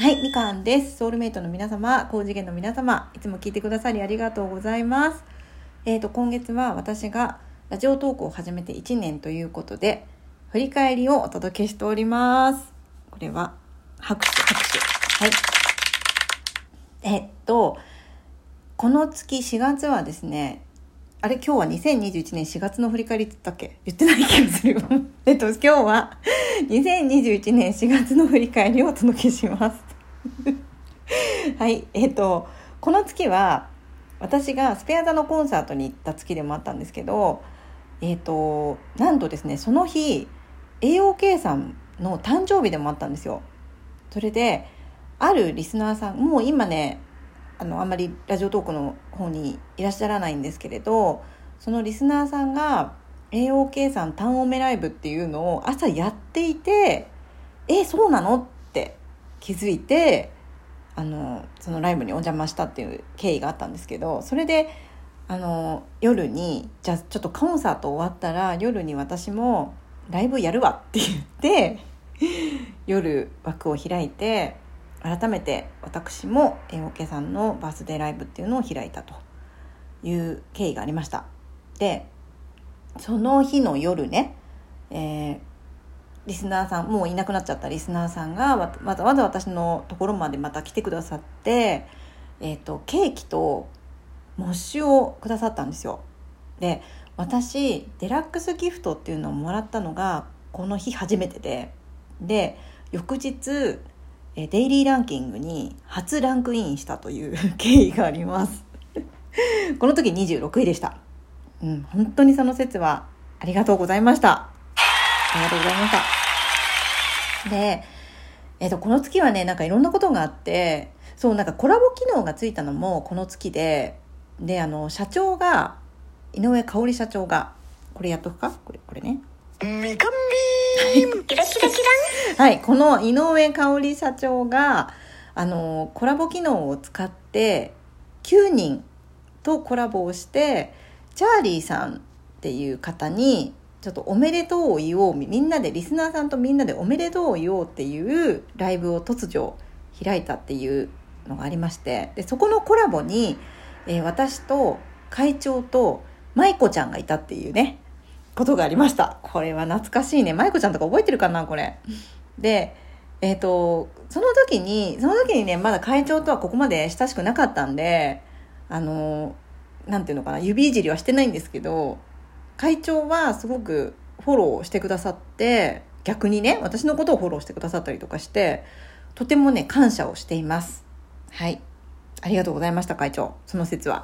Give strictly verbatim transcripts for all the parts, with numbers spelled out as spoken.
はい、みかんです。ソウルメイトの皆様、高次元の皆様、いつも聞いてくださりありがとうございます。えーと、今月は私がラジオトークを始めていちねんということで、振り返りをお届けしております。これは、拍手、拍手。はい。えっと、この月しがつはですね、あれ今日はにせんにじゅういちねんしがつの振り返りって言ったっけ？言ってない気がするよ。えっと、今日はにせんにじゅういちねんしがつの振り返りをお届けします。はい、えっと、この月は私がスペア座のコンサートに行った月でもあったんですけど、えっと、なんとですね、その日、エーオーケー さんの誕生日でもあったんですよ。それで、あるリスナーさん、もう今ね、あのあんまりラジオトークの方にいらっしゃらないんですけれど、そのリスナーさんが エーオーケー さん単オメライブっていうのを朝やっていて、えそうなのって気づいて、あのそのライブにお邪魔したっていう経緯があったんですけど、それであの夜にじゃあちょっとコンサート終わったら夜に私もライブやるわって言って夜枠を開いて、改めて私も エーオーケー さんのバースデーライブっていうのを開いたという経緯がありました。で、その日の夜ね、えー、リスナーさん、もういなくなっちゃったリスナーさんがわざわざ私のところまでまた来てくださって、えーと、ケーキとモッシュをくださったんですよ。で、私デラックスギフトっていうのをもらったのがこの日初めてで、で翌日デイリーランキングに初ランクインしたという経緯がありますこの時にじゅうろくいでした、うん、本当にその説はありがとうございました。ありがとうございました。で、えーと、この月はね、なんかいろんなことがあって、そう、なんかコラボ機能がついたのもこの月で、で、あの社長が井上香織社長が、これやっとくか、これこれね、 みかんびーんキラキラキラはい、この井上香織社長があのコラボ機能を使ってきゅうにんとコラボをして、チャーリーさんっていう方にちょっとおめでとうを言おう、みんなでリスナーさんとみんなでおめでとうを言おうっていうライブを突如開いたっていうのがありまして、でそこのコラボに、えー、私と会長と舞子ちゃんがいたっていうねことがありました。これは懐かしいね。舞子ちゃんとか覚えてるかなこれで、えっとその時にその時にね、まだ会長とはここまで親しくなかったんで、あのなんていうのかな、指いじりはしてないんですけど、会長はすごくフォローしてくださって、逆にね私のことをフォローしてくださったりとかして、とてもね感謝をしています。はい、ありがとうございました会長、その説は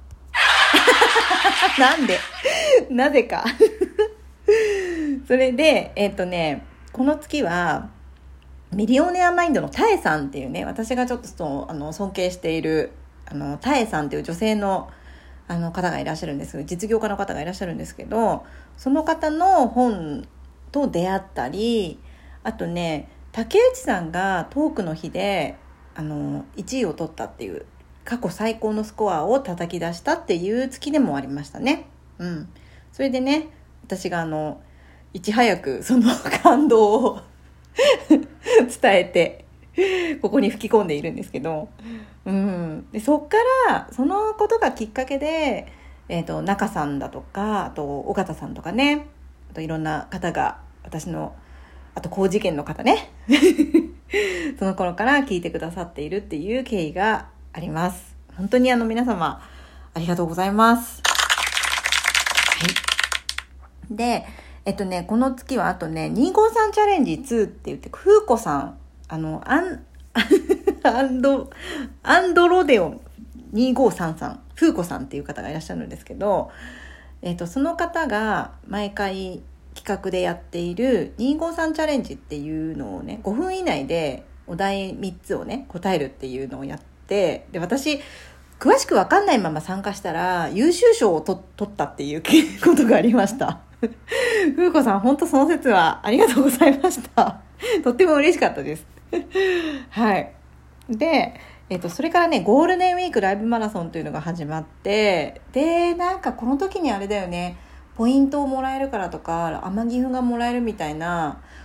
なんでなぜかそれでえっとねこの月はミリオネアマインドのタエさんっていうね、私がちょっとそうあの尊敬しているあのタエさんっていう女性のあの方がいらっしゃるんですけど、実業家の方がいらっしゃるんですけど、その方の本と出会ったり、あとね竹内さんがトークの日であのいちいを取ったっていう過去最高のスコアを叩き出したっていう月でもありましたね。うん。それでね、私があのいち早くその感動を伝えてここに吹き込んでいるんですけど、うん、でそっからそのことがきっかけで、えーと、中さんだとか、あと尾形さんとかね、あといろんな方が私の、あと高次元の方ねその頃から聞いてくださっているっていう経緯があります。本当にあの皆様ありがとうございます。はい。で、えっとね、この月はあとね、にひゃくごじゅうさんチャレンジツーって言って、風子さん、あの、アン、アンド、アンドロデオンにひゃくごじゅうさんさん、風子さんっていう方がいらっしゃるんですけど、えっと、その方が毎回企画でやっているにひゃくごじゅうさんチャレンジっていうのをね、ごふん以内でお題みっつをね、答えるっていうのをやって、で、私、詳しくわかんないまま参加したら、優秀賞をと取ったっていうことがありました。風子さん、本当その説はありがとうございました。とっても嬉しかったです。はい。で、えっと、それからね、ゴールデンウィークライブマラソンというのが始まって、で、なんかこの時にあれだよね、ポイントをもらえるからとか、天城がもらえるみたいな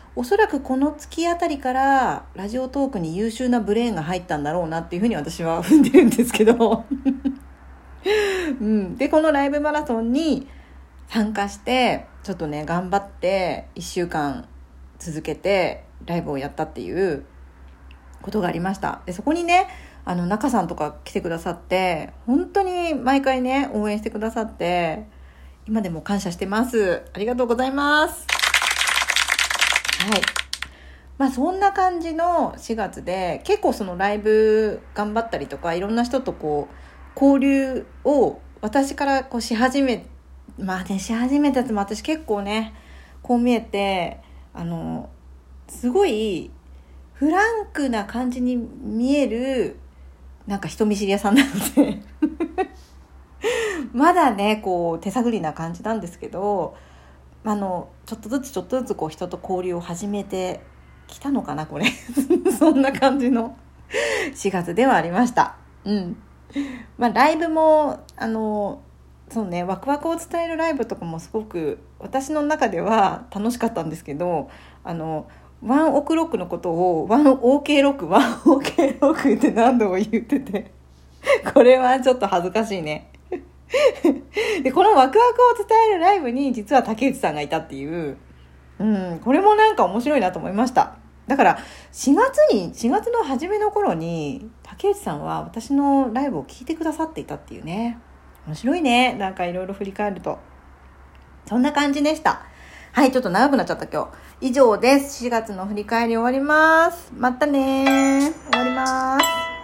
おそらくこの月あたりからラジオトークに優秀なブレーンが入ったんだろうなっていうふうに私は踏んでるんですけど、うん、でこのライブマラソンに参加してちょっとね頑張っていっしゅうかん続けてライブをやったっていうことがありました。でそこにねあの中さんとか来てくださって本当に毎回ね応援してくださって今でも感謝してます。ありがとうございます。はい、まあそんな感じのしがつで結構そのライブ頑張ったりとかいろんな人とこう交流を私からこうし始めまあねし始めたやつも私結構ねこう見えてあのすごいフランクな感じに見えるなんか人見知り屋さんなのでまだねこう手探りな感じなんですけど、あのちょっとずつちょっとずつこう人と交流を始めてきたのかなこれそんな感じのしがつではありました。うん。まあライブもあのそうねワクワクを伝えるライブとかもすごく私の中では楽しかったんですけど、あのワンオクロックのことをワンオーケーロックワンオーケーロックって何度も言っててこれはちょっと恥ずかしいねでこのワクワクを伝えるライブに実は竹内さんがいたっていう、うん、これもなんか面白いなと思いました。だからしがつにしがつの初めの頃に竹内さんは私のライブを聞いてくださっていたっていうね、面白いね。なんかいろいろ振り返るとそんな感じでした。はい、ちょっと長くなっちゃった今日。以上です。しがつの振り返り終わります。またねー。終わります。